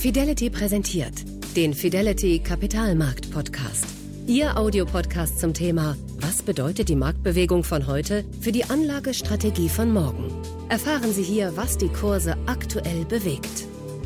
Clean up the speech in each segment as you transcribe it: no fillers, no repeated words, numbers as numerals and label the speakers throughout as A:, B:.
A: Fidelity präsentiert den Fidelity Kapitalmarkt Podcast. Ihr Audiopodcast zum Thema: Was bedeutet die Marktbewegung von heute für die Anlagestrategie von morgen? Erfahren Sie hier, was die Kurse aktuell bewegt.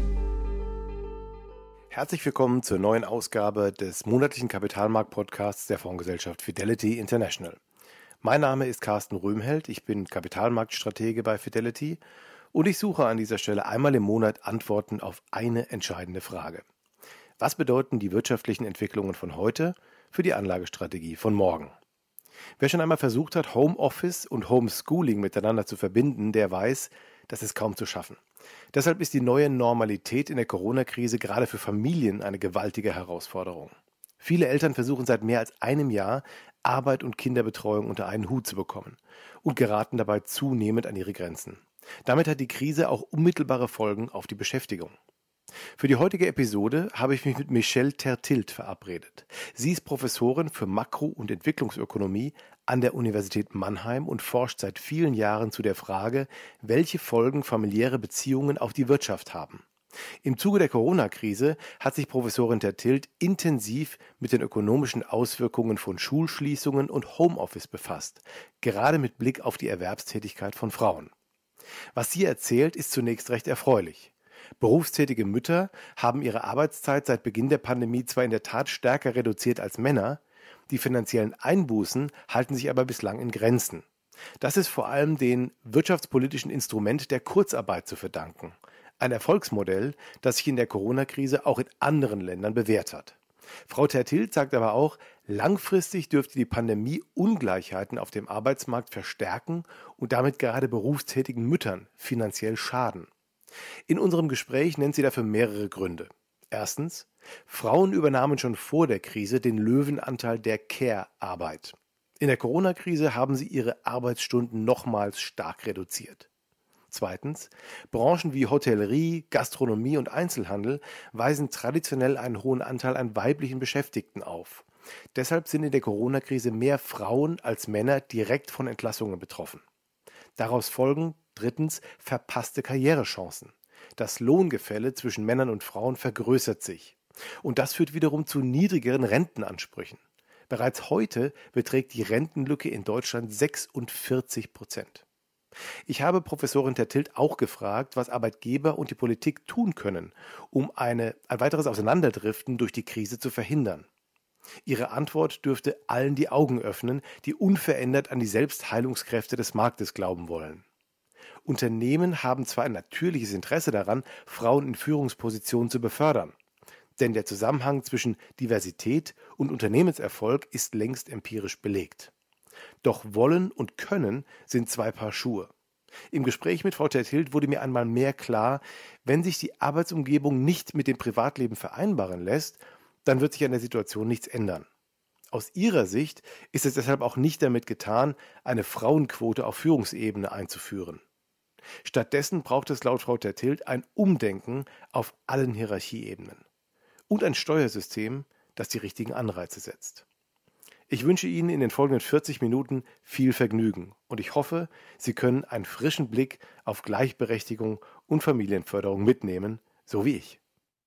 B: Herzlich willkommen zur neuen Ausgabe des monatlichen Kapitalmarkt-Podcasts der Fondsgesellschaft Fidelity International. Mein Name ist Carsten Röhmheld, ich bin Kapitalmarktstratege bei Fidelity und ich suche an dieser Stelle einmal im Monat Antworten auf eine entscheidende Frage. Was bedeuten die wirtschaftlichen Entwicklungen von heute für die Anlagestrategie von morgen? Wer schon einmal versucht hat, Homeoffice und Homeschooling miteinander zu verbinden, der weiß, das ist kaum zu schaffen. Deshalb ist die neue Normalität in der Corona-Krise gerade für Familien eine gewaltige Herausforderung. Viele Eltern versuchen seit mehr als einem Jahr, Arbeit und Kinderbetreuung unter einen Hut zu bekommen und geraten dabei zunehmend an ihre Grenzen. Damit hat die Krise auch unmittelbare Folgen auf die Beschäftigung. Für die heutige Episode habe ich mich mit Michelle Tertilt verabredet. Sie ist Professorin für Makro- und Entwicklungsökonomie an der Universität Mannheim und forscht seit vielen Jahren zu der Frage, welche Folgen familiäre Beziehungen auf die Wirtschaft haben. Im Zuge der Corona-Krise hat sich Professorin Tertilt intensiv mit den ökonomischen Auswirkungen von Schulschließungen und Homeoffice befasst, gerade mit Blick auf die Erwerbstätigkeit von Frauen. Was sie erzählt, ist zunächst recht erfreulich. Berufstätige Mütter haben ihre Arbeitszeit seit Beginn der Pandemie zwar in der Tat stärker reduziert als Männer, die finanziellen Einbußen halten sich aber bislang in Grenzen. Das ist vor allem dem wirtschaftspolitischen Instrument der Kurzarbeit zu verdanken. Ein Erfolgsmodell, das sich in der Corona-Krise auch in anderen Ländern bewährt hat. Frau Tertilt sagt aber auch, langfristig dürfte die Pandemie Ungleichheiten auf dem Arbeitsmarkt verstärken und damit gerade berufstätigen Müttern finanziell schaden. In unserem Gespräch nennt sie dafür mehrere Gründe. Erstens, Frauen übernahmen schon vor der Krise den Löwenanteil der Care-Arbeit. In der Corona-Krise haben sie ihre Arbeitsstunden nochmals stark reduziert. Zweitens, Branchen wie Hotellerie, Gastronomie und Einzelhandel weisen traditionell einen hohen Anteil an weiblichen Beschäftigten auf. Deshalb sind in der Corona-Krise mehr Frauen als Männer direkt von Entlassungen betroffen. Daraus folgen drittens verpasste Karrierechancen. Das Lohngefälle zwischen Männern und Frauen vergrößert sich. Und das führt wiederum zu niedrigeren Rentenansprüchen. Bereits heute beträgt die Rentenlücke in Deutschland 46%. Ich habe Professorin Tertilt auch gefragt, was Arbeitgeber und die Politik tun können, um ein weiteres Auseinanderdriften durch die Krise zu verhindern. Ihre Antwort dürfte allen die Augen öffnen, die unverändert an die Selbstheilungskräfte des Marktes glauben wollen. Unternehmen haben zwar ein natürliches Interesse daran, Frauen in Führungspositionen zu befördern, denn der Zusammenhang zwischen Diversität und Unternehmenserfolg ist längst empirisch belegt. Doch Wollen und Können sind zwei Paar Schuhe. Im Gespräch mit Frau Tertilt wurde mir einmal mehr klar, wenn sich die Arbeitsumgebung nicht mit dem Privatleben vereinbaren lässt, dann wird sich an der Situation nichts ändern. Aus ihrer Sicht ist es deshalb auch nicht damit getan, eine Frauenquote auf Führungsebene einzuführen. Stattdessen braucht es laut Frau Tertilt ein Umdenken auf allen Hierarchieebenen und ein Steuersystem, das die richtigen Anreize setzt. Ich wünsche Ihnen in den folgenden 40 Minuten viel Vergnügen und ich hoffe, Sie können einen frischen Blick auf Gleichberechtigung und Familienförderung mitnehmen, so wie ich.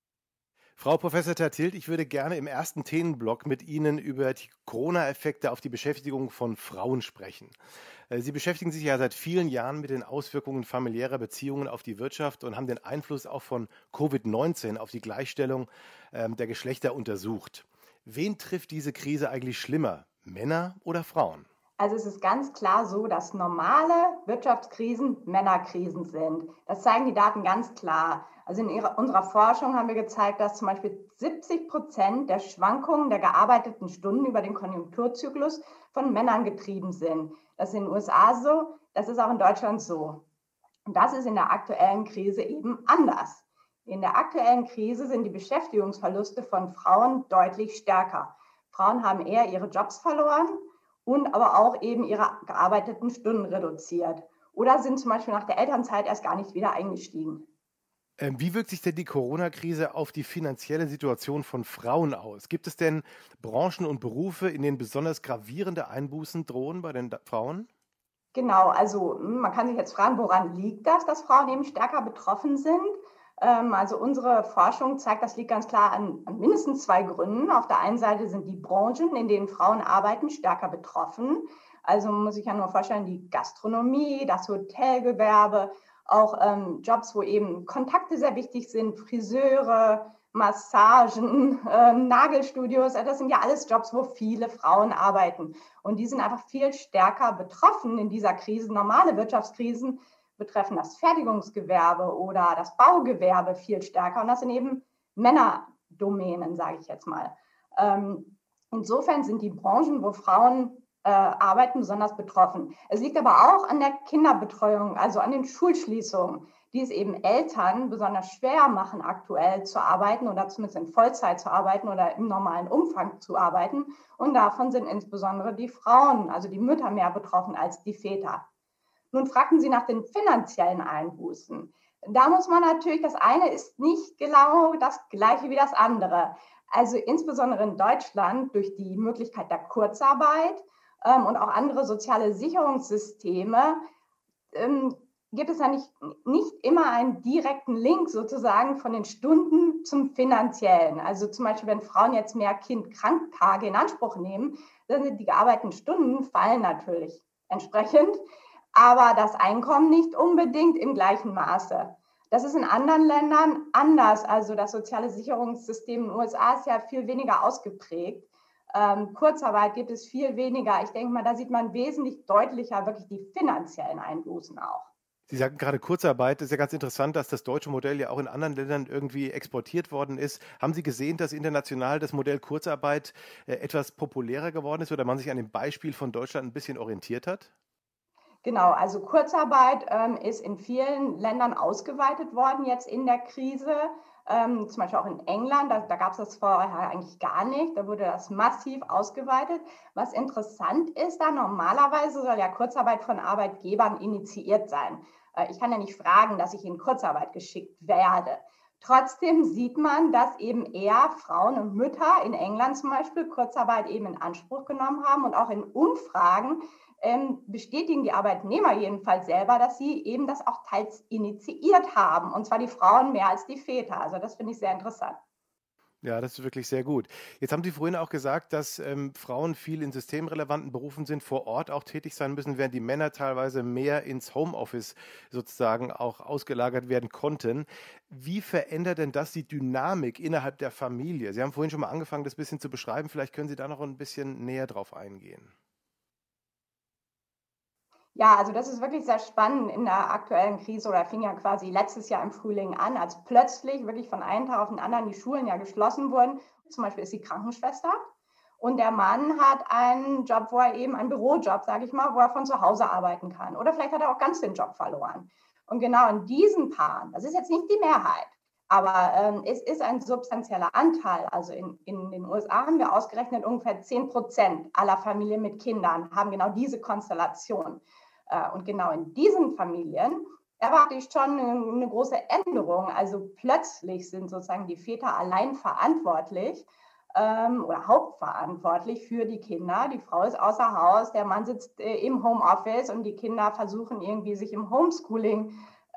B: Frau Professor Tertilt, ich würde gerne im ersten Themenblock mit Ihnen über die Corona-Effekte auf die Beschäftigung von Frauen sprechen. Sie beschäftigen sich ja seit vielen Jahren mit den Auswirkungen familiärer Beziehungen auf die Wirtschaft und haben den Einfluss auch von Covid-19 auf die Gleichstellung der Geschlechter untersucht. Wen trifft diese Krise eigentlich schlimmer, Männer oder Frauen?
C: Also es ist ganz klar so, dass normale Wirtschaftskrisen Männerkrisen sind. Das zeigen die Daten ganz klar. Also in unserer Forschung haben wir gezeigt, dass zum Beispiel 70% der Schwankungen der gearbeiteten Stunden über den Konjunkturzyklus von Männern getrieben sind. Das ist in den USA so, das ist auch in Deutschland so. Und das ist in der aktuellen Krise eben anders. In der aktuellen Krise sind die Beschäftigungsverluste von Frauen deutlich stärker. Frauen haben eher ihre Jobs verloren und aber auch eben ihre gearbeiteten Stunden reduziert oder sind zum Beispiel nach der Elternzeit erst gar nicht wieder eingestiegen.
B: Wie wirkt sich denn die Corona-Krise auf die finanzielle Situation von Frauen aus? Gibt es denn Branchen und Berufe, in denen besonders gravierende Einbußen drohen bei den Frauen?
C: Genau, also man kann sich jetzt fragen, woran liegt das, dass Frauen eben stärker betroffen sind? Also unsere Forschung zeigt, das liegt ganz klar an mindestens 2 Gründen. Auf der einen Seite sind die Branchen, in denen Frauen arbeiten, stärker betroffen. Also muss ich ja nur vorstellen, die Gastronomie, das Hotelgewerbe, auch Jobs, wo eben Kontakte sehr wichtig sind, Friseure, Massagen, Nagelstudios. Das sind ja alles Jobs, wo viele Frauen arbeiten. Und die sind einfach viel stärker betroffen in dieser Krise. Normale Wirtschaftskrisen betreffen das Fertigungsgewerbe oder das Baugewerbe viel stärker. Und das sind eben Männerdomänen, sage ich jetzt mal. Insofern sind die Branchen, wo Frauen arbeiten, besonders betroffen. Es liegt aber auch an der Kinderbetreuung, also an den Schulschließungen, die es eben Eltern besonders schwer machen, aktuell zu arbeiten oder zumindest in Vollzeit zu arbeiten oder im normalen Umfang zu arbeiten. Und davon sind insbesondere die Frauen, also die Mütter, mehr betroffen als die Väter. Nun fragten Sie nach den finanziellen Einbußen. Da muss man natürlich, das eine ist nicht genau das Gleiche wie das andere. Also insbesondere in Deutschland durch die Möglichkeit der Kurzarbeit und auch andere soziale Sicherungssysteme gibt es ja nicht immer einen direkten Link sozusagen von den Stunden zum Finanziellen. Also zum Beispiel, wenn Frauen jetzt mehr Kind-Kranktage in Anspruch nehmen, dann sind die gearbeiteten Stunden fallen natürlich entsprechend, aber das Einkommen nicht unbedingt im gleichen Maße. Das ist in anderen Ländern anders. Also das soziale Sicherungssystem in den USA ist ja viel weniger ausgeprägt. Kurzarbeit gibt es viel weniger. Ich denke mal, da sieht man wesentlich deutlicher wirklich die finanziellen Einbußen auch.
B: Sie sagten gerade Kurzarbeit. Das ist ja ganz interessant, dass das deutsche Modell ja auch in anderen Ländern irgendwie exportiert worden ist. Haben Sie gesehen, dass international das Modell Kurzarbeit etwas populärer geworden ist oder man sich an dem Beispiel von Deutschland ein bisschen orientiert hat?
C: Genau, also Kurzarbeit ist in vielen Ländern ausgeweitet worden jetzt in der Krise. Zum Beispiel auch in England, da gab es das vorher eigentlich gar nicht. Da wurde das massiv ausgeweitet. Was interessant ist, da normalerweise soll ja Kurzarbeit von Arbeitgebern initiiert sein. Ich kann ja nicht fragen, dass ich in Kurzarbeit geschickt werde. Trotzdem sieht man, dass eben eher Frauen und Mütter in England zum Beispiel Kurzarbeit eben in Anspruch genommen haben und auch in Umfragen bestätigen die Arbeitnehmer jedenfalls selber, dass sie eben das auch teils initiiert haben. Und zwar die Frauen mehr als die Väter. Also das finde ich sehr interessant.
B: Ja, das ist wirklich sehr gut. Jetzt haben Sie vorhin auch gesagt, dass Frauen viel in systemrelevanten Berufen sind, vor Ort auch tätig sein müssen, während die Männer teilweise mehr ins Homeoffice sozusagen auch ausgelagert werden konnten. Wie verändert denn das die Dynamik innerhalb der Familie? Sie haben vorhin schon mal angefangen, das ein bisschen zu beschreiben. Vielleicht können Sie da noch ein bisschen näher drauf eingehen.
C: Ja, also das ist wirklich sehr spannend in der aktuellen Krise oder fing ja quasi letztes Jahr im Frühling an, als plötzlich wirklich von einem Tag auf den anderen die Schulen ja geschlossen wurden. Zum Beispiel ist sie Krankenschwester und der Mann hat einen Job, wo er eben einen Bürojob, sage ich mal, wo er von zu Hause arbeiten kann. Oder vielleicht hat er auch ganz den Job verloren. Und genau in diesen Paaren, das ist jetzt nicht die Mehrheit, aber es ist ein substanzieller Anteil. Also in den USA haben wir ausgerechnet, ungefähr 10% aller Familien mit Kindern haben genau diese Konstellation. Und genau in diesen Familien erwarte ich schon eine große Änderung. Also plötzlich sind sozusagen die Väter allein verantwortlich oder hauptverantwortlich für die Kinder. Die Frau ist außer Haus, der Mann sitzt im Homeoffice und die Kinder versuchen irgendwie sich im Homeschooling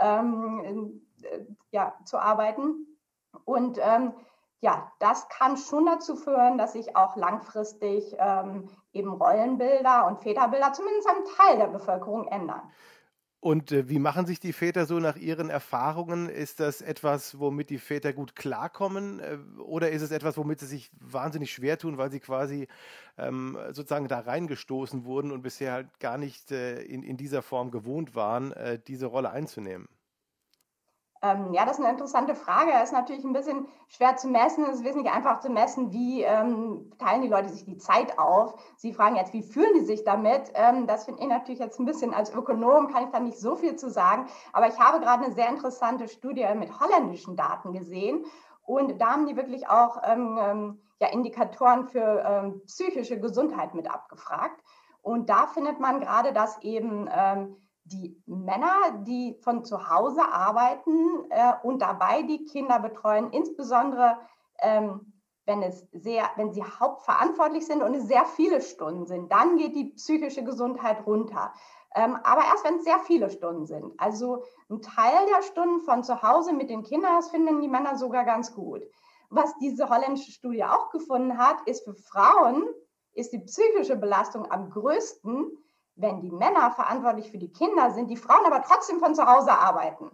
C: zu arbeiten. Und ja, das kann schon dazu führen, dass sich auch langfristig eben Rollenbilder und Väterbilder zumindest einem Teil der Bevölkerung ändern.
B: Und wie machen sich die Väter so nach ihren Erfahrungen? Ist das etwas, womit die Väter gut klarkommen? Oder ist es etwas, womit sie sich wahnsinnig schwer tun, weil sie quasi sozusagen da reingestoßen wurden und bisher halt gar nicht in dieser Form gewohnt waren, diese Rolle einzunehmen?
C: Ja, das ist eine interessante Frage. Das ist natürlich ein bisschen schwer zu messen. Es ist wesentlich einfach zu messen, wie teilen die Leute sich die Zeit auf. Sie fragen jetzt, wie fühlen die sich damit? Das finde ich natürlich jetzt ein bisschen, als Ökonom kann ich da nicht so viel zu sagen. Aber ich habe gerade eine sehr interessante Studie mit holländischen Daten gesehen. Und da haben die wirklich auch Indikatoren für psychische Gesundheit mit abgefragt. Und da findet man gerade, dass eben die Männer, die von zu Hause arbeiten und dabei die Kinder betreuen, insbesondere wenn sie hauptverantwortlich sind und es sehr viele Stunden sind, dann geht die psychische Gesundheit runter. Aber erst, wenn es sehr viele Stunden sind. Also ein Teil der Stunden von zu Hause mit den Kindern, das finden die Männer sogar ganz gut. Was diese holländische Studie auch gefunden hat, ist, für Frauen ist die psychische Belastung am größten, wenn die Männer verantwortlich für die Kinder sind, die Frauen aber trotzdem von zu Hause arbeiten.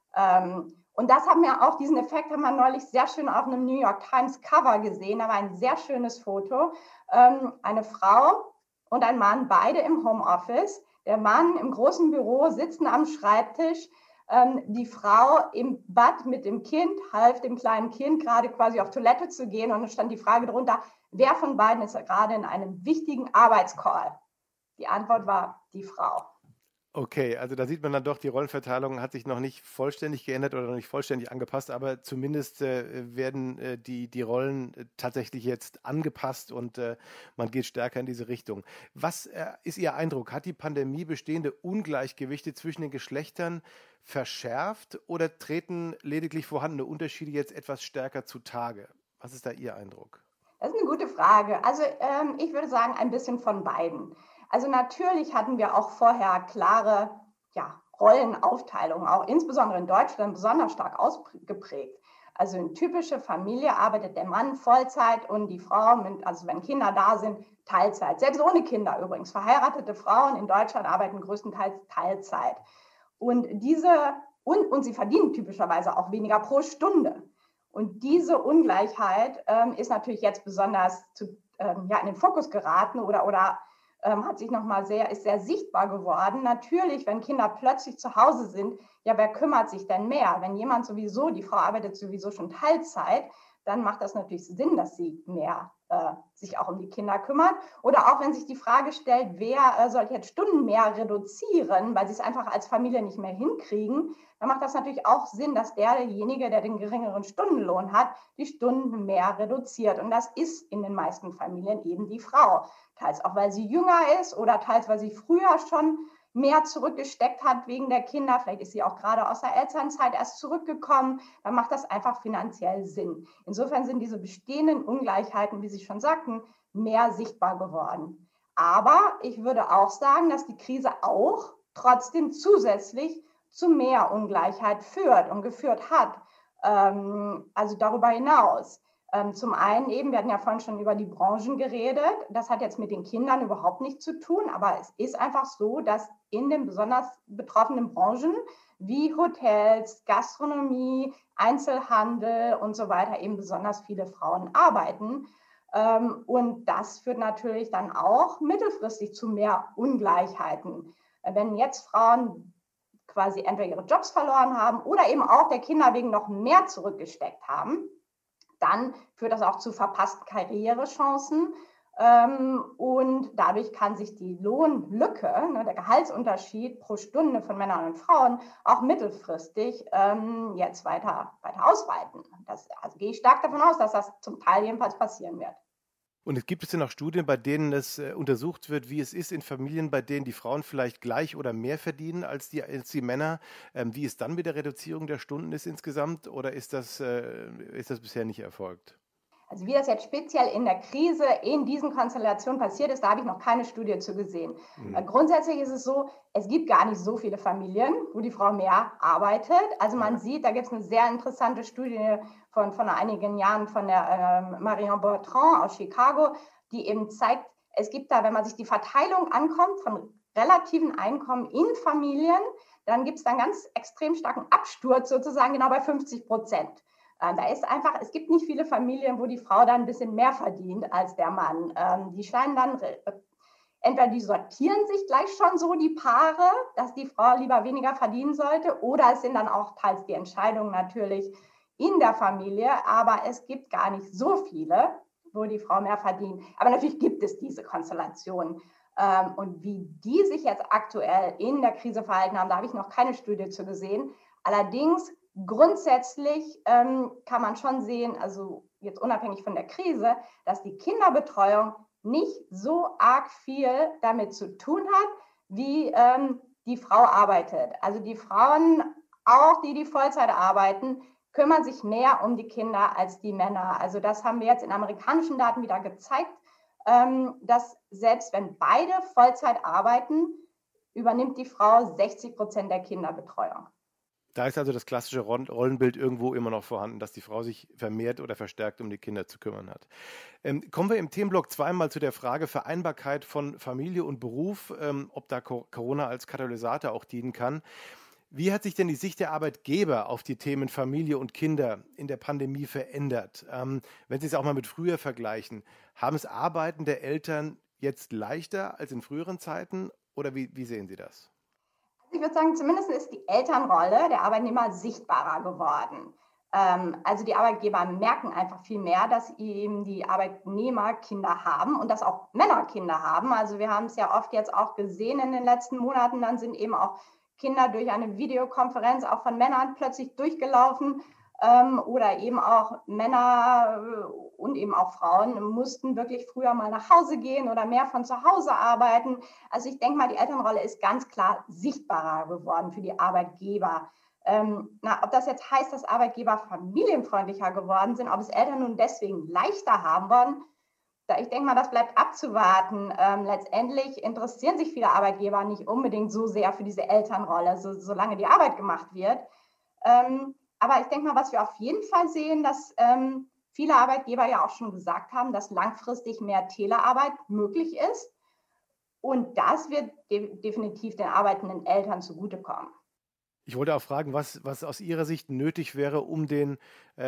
C: Und das haben wir auch, diesen Effekt haben wir neulich sehr schön auf einem New York Times Cover gesehen. Da war ein sehr schönes Foto. Eine Frau und ein Mann, beide im Homeoffice. Der Mann im großen Büro sitzen am Schreibtisch. Die Frau im Bad mit dem Kind, half dem kleinen Kind gerade quasi auf Toilette zu gehen. Und es stand die Frage drunter, wer von beiden ist gerade in einem wichtigen Arbeitscall? Die Antwort war die Frau.
B: Okay, also da sieht man dann doch, die Rollenverteilung hat sich noch nicht vollständig geändert oder noch nicht vollständig angepasst, aber zumindest werden die Rollen tatsächlich jetzt angepasst und man geht stärker in diese Richtung. Was ist Ihr Eindruck? Hat die Pandemie bestehende Ungleichgewichte zwischen den Geschlechtern verschärft oder treten lediglich vorhandene Unterschiede jetzt etwas stärker zutage? Was ist da Ihr Eindruck?
C: Das ist eine gute Frage. Also ich würde sagen, ein bisschen von beiden. Also natürlich hatten wir auch vorher klare Rollenaufteilungen, auch insbesondere in Deutschland besonders stark ausgeprägt. Also in typischer Familie arbeitet der Mann Vollzeit und die Frau, also wenn Kinder da sind, Teilzeit. Selbst ohne Kinder übrigens. Verheiratete Frauen in Deutschland arbeiten größtenteils Teilzeit. Und sie verdienen typischerweise auch weniger pro Stunde. Und diese Ungleichheit ist natürlich jetzt besonders in den Fokus geraten oder hat sich ist sehr sichtbar geworden. Natürlich, wenn Kinder plötzlich zu Hause sind, ja, wer kümmert sich denn mehr? Wenn jemand die Frau arbeitet sowieso schon Teilzeit, dann macht das natürlich Sinn, dass sie mehr sich auch um die Kinder kümmert. Oder auch wenn sich die Frage stellt, wer soll jetzt Stunden mehr reduzieren, weil sie es einfach als Familie nicht mehr hinkriegen, dann macht das natürlich auch Sinn, dass derjenige, der den geringeren Stundenlohn hat, die Stunden mehr reduziert. Und das ist in den meisten Familien eben die Frau. Teils auch, weil sie jünger ist oder teils, weil sie früher schon mehr zurückgesteckt hat wegen der Kinder. Vielleicht ist sie auch gerade aus der Elternzeit erst zurückgekommen. Dann macht das einfach finanziell Sinn. Insofern sind diese bestehenden Ungleichheiten, wie Sie schon sagten, mehr sichtbar geworden. Aber ich würde auch sagen, dass die Krise auch trotzdem zusätzlich zu mehr Ungleichheit führt und geführt hat. Also darüber hinaus. Zum einen eben, wir hatten ja vorhin schon über die Branchen geredet, das hat jetzt mit den Kindern überhaupt nichts zu tun, aber es ist einfach so, dass in den besonders betroffenen Branchen wie Hotels, Gastronomie, Einzelhandel und so weiter eben besonders viele Frauen arbeiten. Und das führt natürlich dann auch mittelfristig zu mehr Ungleichheiten. Wenn jetzt Frauen quasi entweder ihre Jobs verloren haben oder eben auch der Kinder wegen noch mehr zurückgesteckt haben, dann führt das auch zu verpassten Karrierechancen und dadurch kann sich die Lohnlücke, der Gehaltsunterschied pro Stunde von Männern und Frauen auch mittelfristig jetzt weiter ausweiten. Also gehe ich stark davon aus, dass das zum Teil jedenfalls passieren wird.
B: Und gibt es denn auch Studien, bei denen es untersucht wird, wie es ist in Familien, bei denen die Frauen vielleicht gleich oder mehr verdienen als die Männer, wie es dann mit der Reduzierung der Stunden ist insgesamt, oder ist das bisher nicht erfolgt?
C: Also wie das jetzt speziell in der Krise in diesen Konstellationen passiert ist, da habe ich noch keine Studie zu gesehen. Grundsätzlich ist es so, es gibt gar nicht so viele Familien, wo die Frau mehr arbeitet. Also man sieht, da gibt es eine sehr interessante Studie von einigen Jahren von der Marion Bertrand aus Chicago, die eben zeigt, es gibt da, wenn man sich die Verteilung ankommt von relativen Einkommen in Familien, dann gibt es da einen ganz extrem starken Absturz sozusagen genau bei 50%. Da ist einfach, es gibt nicht viele Familien, wo die Frau dann ein bisschen mehr verdient als der Mann. Die scheinen dann, entweder die sortieren sich gleich schon so, die Paare, dass die Frau lieber weniger verdienen sollte, oder es sind dann auch teils die Entscheidungen natürlich in der Familie, aber es gibt gar nicht so viele, wo die Frau mehr verdient. Aber natürlich gibt es diese Konstellationen. Und wie die sich jetzt aktuell in der Krise verhalten haben, da habe ich noch keine Studie zu gesehen. Allerdings grundsätzlich kann man schon sehen, also jetzt unabhängig von der Krise, dass die Kinderbetreuung nicht so arg viel damit zu tun hat, wie die Frau arbeitet. Also die Frauen, auch die Vollzeit arbeiten, kümmern sich mehr um die Kinder als die Männer. Also das haben wir jetzt in amerikanischen Daten wieder gezeigt, dass selbst wenn beide Vollzeit arbeiten, übernimmt die Frau 60% der Kinderbetreuung.
B: Da ist also das klassische Rollenbild irgendwo immer noch vorhanden, dass die Frau sich vermehrt oder verstärkt um die Kinder zu kümmern hat. Kommen wir im Themenblock zweimal zu der Frage Vereinbarkeit von Familie und Beruf, ob da Corona als Katalysator auch dienen kann. Wie hat sich denn die Sicht der Arbeitgeber auf die Themen Familie und Kinder in der Pandemie verändert? Wenn Sie es auch mal mit früher vergleichen, haben es arbeitende Eltern jetzt leichter als in früheren Zeiten oder wie sehen Sie das?
C: Ich würde sagen, zumindest ist die Elternrolle der Arbeitnehmer sichtbarer geworden. Also die Arbeitgeber merken einfach viel mehr, dass eben die Arbeitnehmer Kinder haben und dass auch Männer Kinder haben. Also wir haben es ja oft jetzt auch gesehen in den letzten Monaten, dann sind eben auch Kinder durch eine Videokonferenz auch von Männern plötzlich durchgelaufen. Oder eben auch Männer und eben auch Frauen mussten wirklich früher mal nach Hause gehen oder mehr von zu Hause arbeiten. Also ich denke mal, die Elternrolle ist ganz klar sichtbarer geworden für die Arbeitgeber. Ob das jetzt heißt, dass Arbeitgeber familienfreundlicher geworden sind, ob es Eltern nun deswegen leichter haben wollen, ich denke mal, das bleibt abzuwarten. Letztendlich interessieren sich viele Arbeitgeber nicht unbedingt so sehr für diese Elternrolle, solange die Arbeit gemacht wird. Aber ich denke mal, was wir auf jeden Fall sehen, dass viele Arbeitgeber ja auch schon gesagt haben, dass langfristig mehr Telearbeit möglich ist. Und das wird definitiv den arbeitenden Eltern zugutekommen.
B: Ich wollte auch fragen, was aus Ihrer Sicht nötig wäre, um den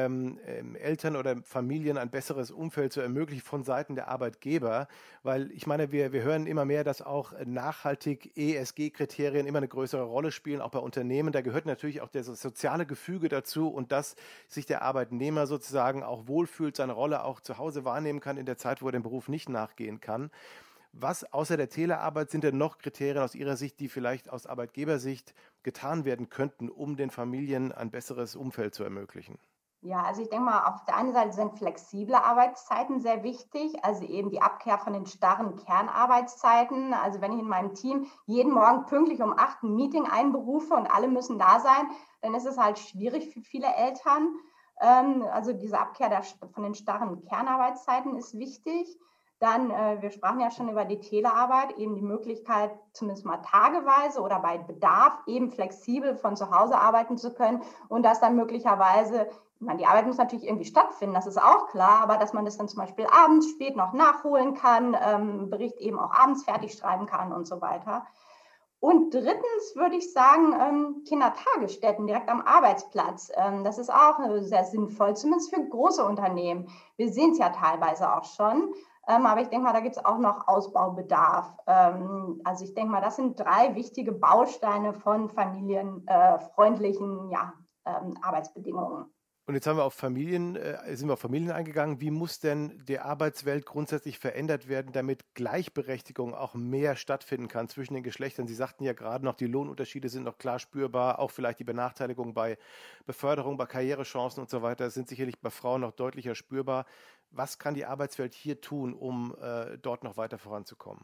B: Eltern oder Familien ein besseres Umfeld zu ermöglichen von Seiten der Arbeitgeber. Weil ich meine, wir hören immer mehr, dass auch nachhaltig ESG-Kriterien immer eine größere Rolle spielen, auch bei Unternehmen. Da gehört natürlich auch das soziale Gefüge dazu und dass sich der Arbeitnehmer sozusagen auch wohlfühlt, seine Rolle auch zu Hause wahrnehmen kann in der Zeit, wo er dem Beruf nicht nachgehen kann. Was außer der Telearbeit sind denn noch Kriterien aus Ihrer Sicht, die vielleicht aus Arbeitgebersicht getan werden könnten, um den Familien ein besseres Umfeld zu ermöglichen?
C: Ja, also ich denke mal, auf der einen Seite sind flexible Arbeitszeiten sehr wichtig, also eben die Abkehr von den starren Kernarbeitszeiten. Also wenn ich in meinem Team jeden Morgen pünktlich um 8 ein Meeting einberufe und alle müssen da sein, dann ist es halt schwierig für viele Eltern. Also diese Abkehr von den starren Kernarbeitszeiten ist wichtig. Dann, wir sprachen ja schon über die Telearbeit, eben die Möglichkeit, zumindest mal tageweise oder bei Bedarf eben flexibel von zu Hause arbeiten zu können und das dann möglicherweise, die Arbeit muss natürlich irgendwie stattfinden, das ist auch klar, aber dass man das dann zum Beispiel abends spät noch nachholen kann, Bericht eben auch abends fertig schreiben kann und so weiter. Und drittens würde ich sagen, Kindertagesstätten direkt am Arbeitsplatz. Das ist auch sehr sinnvoll, zumindest für große Unternehmen. Wir sehen es ja teilweise auch schon. Aber ich denke mal, da gibt es auch noch Ausbaubedarf. Also ich denke mal, das sind 3 wichtige Bausteine von familienfreundlichen Arbeitsbedingungen.
B: Und jetzt sind wir auf Familien eingegangen. Wie muss denn die Arbeitswelt grundsätzlich verändert werden, damit Gleichberechtigung auch mehr stattfinden kann zwischen den Geschlechtern? Sie sagten ja gerade noch, die Lohnunterschiede sind noch klar spürbar, auch vielleicht die Benachteiligung bei Beförderung, bei Karrierechancen und so weiter sind sicherlich bei Frauen noch deutlicher spürbar. Was kann die Arbeitswelt hier tun, um dort noch weiter voranzukommen?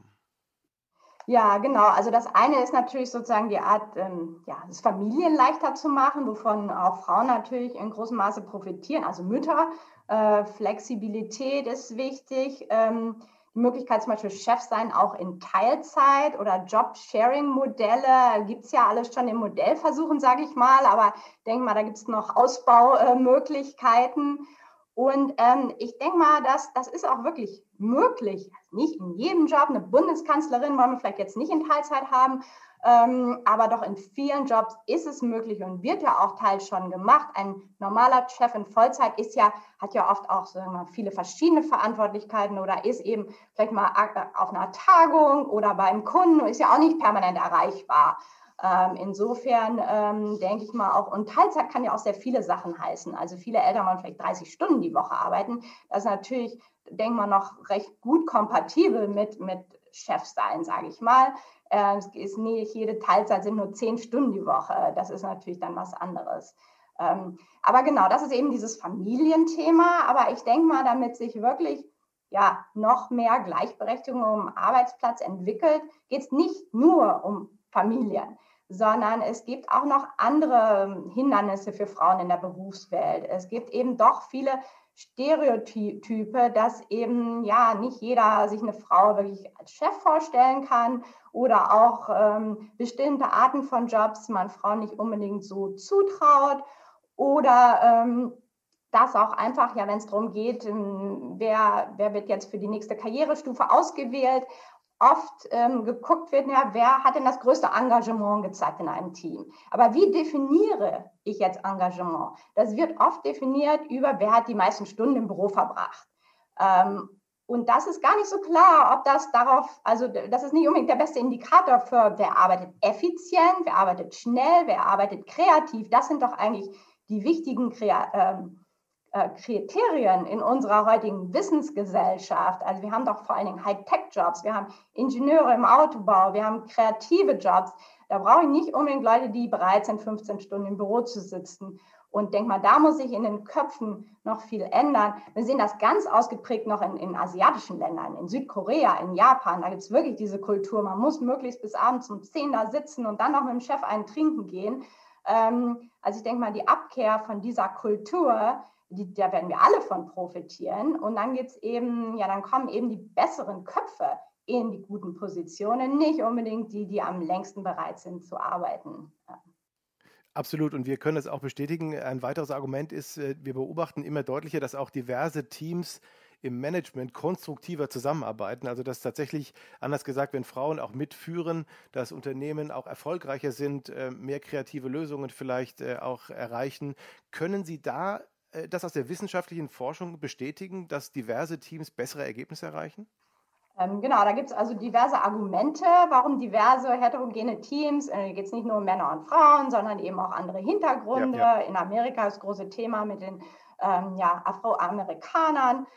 C: Ja, genau. Also das eine ist natürlich sozusagen die Art, das Familien leichter zu machen, wovon auch Frauen natürlich in großem Maße profitieren, also Mütter. Flexibilität ist wichtig. Die Möglichkeit zum Beispiel Chef sein, auch in Teilzeit oder Job-Sharing-Modelle, gibt es ja alles schon in Modellversuchen, sage ich mal, aber ich denke mal, da gibt es noch Ausbaumöglichkeiten. Und ich denke mal, das ist auch wirklich möglich. Nicht in jedem Job. Eine Bundeskanzlerin wollen wir vielleicht jetzt nicht in Teilzeit haben, aber doch in vielen Jobs ist es möglich und wird ja auch teils schon gemacht. Ein normaler Chef in Vollzeit hat ja oft auch viele verschiedene Verantwortlichkeiten oder ist eben vielleicht mal auf einer Tagung oder beim Kunden und ist ja auch nicht permanent erreichbar. Insofern denke ich mal auch, und Teilzeit kann ja auch sehr viele Sachen heißen. Also viele Eltern wollen vielleicht 30 Stunden die Woche arbeiten. Das ist natürlich, denke mal, noch recht gut kompatibel mit Chefsein, sage ich mal. Es ist nicht jede Teilzeit sind nur 10 Stunden die Woche. Das ist natürlich dann was anderes. Aber genau, das ist eben dieses Familienthema. Aber ich denke mal, damit sich wirklich noch mehr Gleichberechtigung am Arbeitsplatz entwickelt, geht es nicht nur um Familien, sondern es gibt auch noch andere Hindernisse für Frauen in der Berufswelt. Es gibt eben doch viele Stereotype, dass eben ja nicht jeder sich eine Frau wirklich als Chef vorstellen kann oder auch bestimmte Arten von Jobs man Frauen nicht unbedingt so zutraut oder dass auch einfach, ja, wenn es darum geht, wer wird jetzt für die nächste Karrierestufe ausgewählt, oft geguckt wird, ja, wer hat denn das größte Engagement gezeigt in einem Team. Aber wie definiere ich jetzt Engagement? Das wird oft definiert über, wer hat die meisten Stunden im Büro verbracht. Und das ist gar nicht so klar, ob das darauf, also das ist nicht unbedingt der beste Indikator für, wer arbeitet effizient, wer arbeitet schnell, wer arbeitet kreativ. Das sind doch eigentlich die wichtigen Kriterien in unserer heutigen Wissensgesellschaft. Also wir haben doch vor allen Dingen Hightech-Jobs, wir haben Ingenieure im Autobau, wir haben kreative Jobs. Da brauche ich nicht unbedingt Leute, die bereit sind, 15 Stunden im Büro zu sitzen. Und denk mal, da muss sich in den Köpfen noch viel ändern. Wir sehen das ganz ausgeprägt noch in asiatischen Ländern, in Südkorea, in Japan. Da gibt es wirklich diese Kultur. Man muss möglichst bis abends um 10 da sitzen und dann noch mit dem Chef einen trinken gehen. Also ich denke mal, die Abkehr von dieser Kultur, da werden wir alle von profitieren. Und dann gibt's eben, ja, dann kommen eben die besseren Köpfe in die guten Positionen, nicht unbedingt die am längsten bereit sind zu arbeiten. Ja.
B: Absolut, und wir können das auch bestätigen. Ein weiteres Argument ist, wir beobachten immer deutlicher, dass auch diverse Teams im Management konstruktiver zusammenarbeiten. Also dass tatsächlich, anders gesagt, wenn Frauen auch mitführen, dass Unternehmen auch erfolgreicher sind, mehr kreative Lösungen vielleicht auch erreichen. Können Sie da das aus der wissenschaftlichen Forschung bestätigen, dass diverse Teams bessere Ergebnisse erreichen?
C: Genau, da gibt es also diverse Argumente, warum diverse heterogene Teams, geht es nicht nur um Männer und Frauen, sondern eben auch andere Hintergründe. Ja. In Amerika ist das große Thema mit den Afroamerikanern,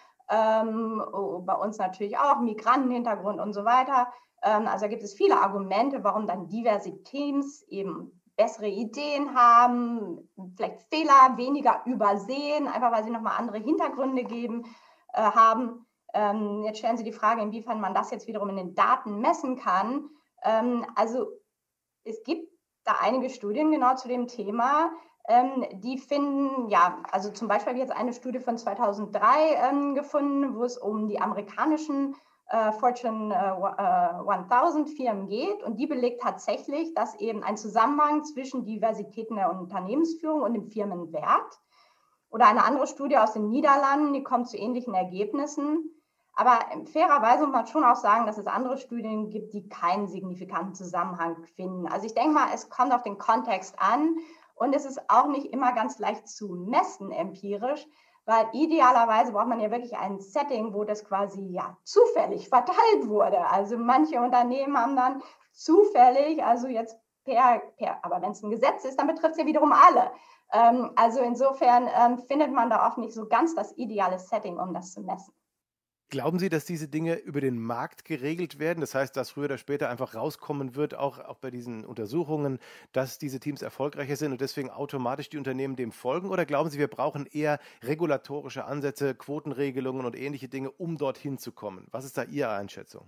C: bei uns natürlich auch Migrantenhintergrund und so weiter. Also da gibt es viele Argumente, warum dann diverse Teams eben bessere Ideen haben, vielleicht Fehler weniger übersehen, einfach weil sie nochmal andere Hintergründe haben. Jetzt stellen Sie die Frage, inwiefern man das jetzt wiederum in den Daten messen kann. Also es gibt da einige Studien genau zu dem Thema, die finden, ja, also zum Beispiel habe ich jetzt eine Studie von 2003 gefunden, wo es um die amerikanischen Fortune 1000 Firmen geht und die belegt tatsächlich, dass eben ein Zusammenhang zwischen Diversität in der Unternehmensführung und dem Firmenwert. Oder eine andere Studie aus den Niederlanden, die kommt zu ähnlichen Ergebnissen. Aber fairerweise muss man schon auch sagen, dass es andere Studien gibt, die keinen signifikanten Zusammenhang finden. Also ich denke mal, es kommt auf den Kontext an und es ist auch nicht immer ganz leicht zu messen empirisch, weil idealerweise braucht man ja wirklich ein Setting, wo das quasi ja zufällig verteilt wurde. Also manche Unternehmen haben dann zufällig, also jetzt aber wenn es ein Gesetz ist, dann betrifft es ja wiederum alle. Also insofern findet man da oft nicht so ganz das ideale Setting, um das zu messen.
B: Glauben Sie, dass diese Dinge über den Markt geregelt werden? Das heißt, dass früher oder später einfach rauskommen wird, auch bei diesen Untersuchungen, dass diese Teams erfolgreicher sind und deswegen automatisch die Unternehmen dem folgen? Oder glauben Sie, wir brauchen eher regulatorische Ansätze, Quotenregelungen und ähnliche Dinge, um dorthin zu kommen? Was ist da Ihre Einschätzung?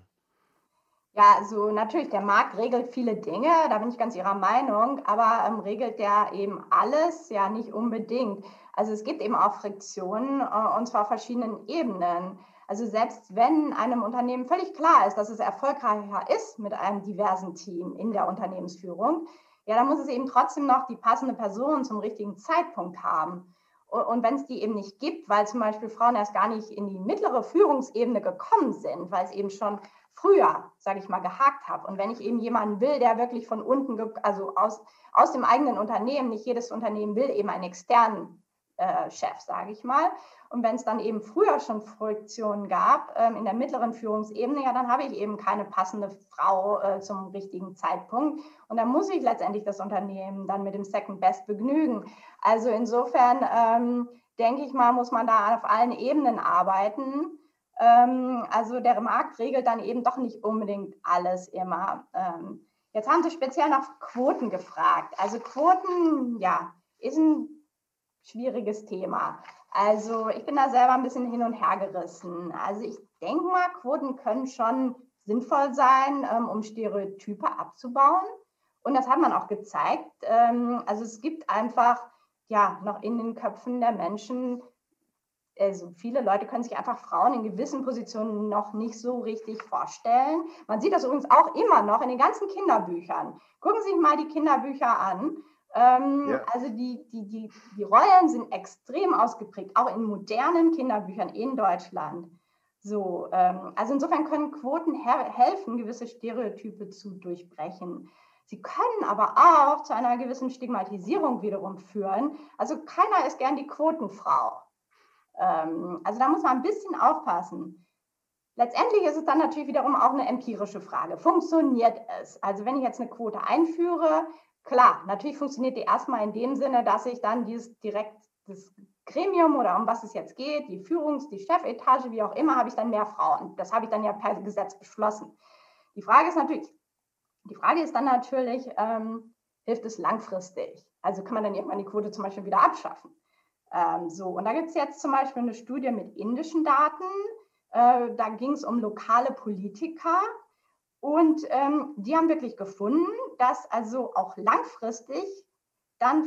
C: Ja, also natürlich, der Markt regelt viele Dinge, da bin ich ganz Ihrer Meinung, aber regelt der eben alles? Ja, nicht unbedingt. Also es gibt eben auch Friktionen und zwar auf verschiedenen Ebenen. Also selbst wenn einem Unternehmen völlig klar ist, dass es erfolgreicher ist mit einem diversen Team in der Unternehmensführung, ja, dann muss es eben trotzdem noch die passende Person zum richtigen Zeitpunkt haben. Und wenn es die eben nicht gibt, weil zum Beispiel Frauen erst gar nicht in die mittlere Führungsebene gekommen sind, weil es eben schon früher, sage ich mal, gehakt habe. Und wenn ich eben jemanden will, der wirklich von unten, also aus dem eigenen Unternehmen, nicht jedes Unternehmen will eben einen externen Chef, sage ich mal. Und wenn es dann eben früher schon Friktionen gab in der mittleren Führungsebene, ja, dann habe ich eben keine passende Frau zum richtigen Zeitpunkt. Und dann muss ich letztendlich das Unternehmen dann mit dem Second Best begnügen. Also insofern denke ich mal, muss man da auf allen Ebenen arbeiten. Also der Markt regelt dann eben doch nicht unbedingt alles immer. Jetzt haben Sie speziell nach Quoten gefragt. Also Quoten, ja, ist ein schwieriges Thema. Also ich bin da selber ein bisschen hin und her gerissen. Also ich denke mal, Quoten können schon sinnvoll sein, um Stereotype abzubauen. Und das hat man auch gezeigt. Also es gibt einfach ja noch in den Köpfen der Menschen also viele Leute können sich einfach Frauen in gewissen Positionen noch nicht so richtig vorstellen. Man sieht das übrigens auch immer noch in den ganzen Kinderbüchern. Gucken Sie sich mal die Kinderbücher an. Also die Rollen sind extrem ausgeprägt, auch in modernen Kinderbüchern in Deutschland. So, also insofern können Quoten helfen, gewisse Stereotype zu durchbrechen. Sie können aber auch zu einer gewissen Stigmatisierung wiederum führen. Also keiner ist gern die Quotenfrau. Also da muss man ein bisschen aufpassen. Letztendlich ist es dann natürlich wiederum auch eine empirische Frage. Funktioniert es? Also wenn ich jetzt eine Quote einführe, klar, natürlich funktioniert die erstmal in dem Sinne, dass ich dann das Gremium oder um was es jetzt geht, die die Chefetage, wie auch immer, habe ich dann mehr Frauen. Das habe ich dann ja per Gesetz beschlossen. Die Frage ist dann natürlich, hilft es langfristig? Also kann man dann irgendwann die Quote zum Beispiel wieder abschaffen? Und da gibt es jetzt zum Beispiel eine Studie mit indischen Daten. Da ging es um lokale Politiker und die haben wirklich gefunden, dass also auch langfristig dann